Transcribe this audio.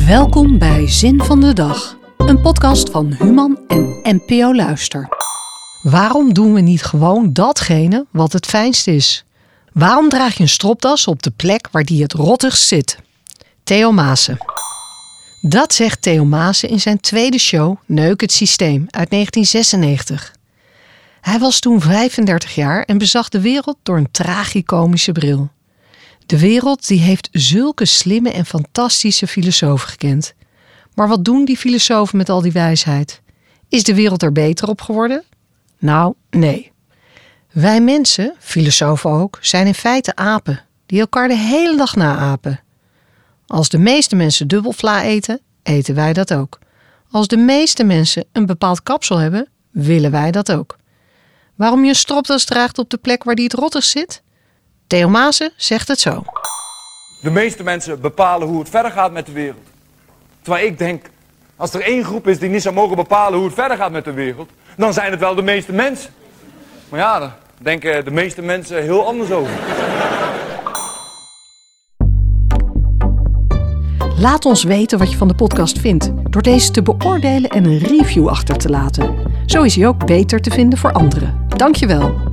Welkom bij Zin van de Dag, een podcast van Human en NPO Luister. Waarom doen we niet gewoon datgene wat het fijnst is? Waarom draag je een stropdas op de plek waar die het rottigst zit? Theo Maassen. Dat zegt Theo Maassen in zijn tweede show Neuk het Systeem uit 1996. Hij was toen 35 jaar en bezag de wereld door een tragicomische bril. De wereld die heeft zulke slimme en fantastische filosofen gekend. Maar wat doen die filosofen met al die wijsheid? Is de wereld er beter op geworden? Nou, nee. Wij mensen, filosofen ook, zijn in feite apen die elkaar de hele dag naapen. Als de meeste mensen dubbelvla eten, eten wij dat ook. Als de meeste mensen een bepaald kapsel hebben, willen wij dat ook. Waarom je een stropdas draagt op de plek waar die het rottigst zit? Theo Maassen zegt het zo. De meeste mensen bepalen hoe het verder gaat met de wereld. Terwijl ik denk, als er één groep is die niet zou mogen bepalen hoe het verder gaat met de wereld, dan zijn het wel de meeste mensen. Maar ja, daar denken de meeste mensen heel anders over. Laat ons weten wat je van de podcast vindt door deze te beoordelen en een review achter te laten. Zo is hij ook beter te vinden voor anderen. Dankjewel.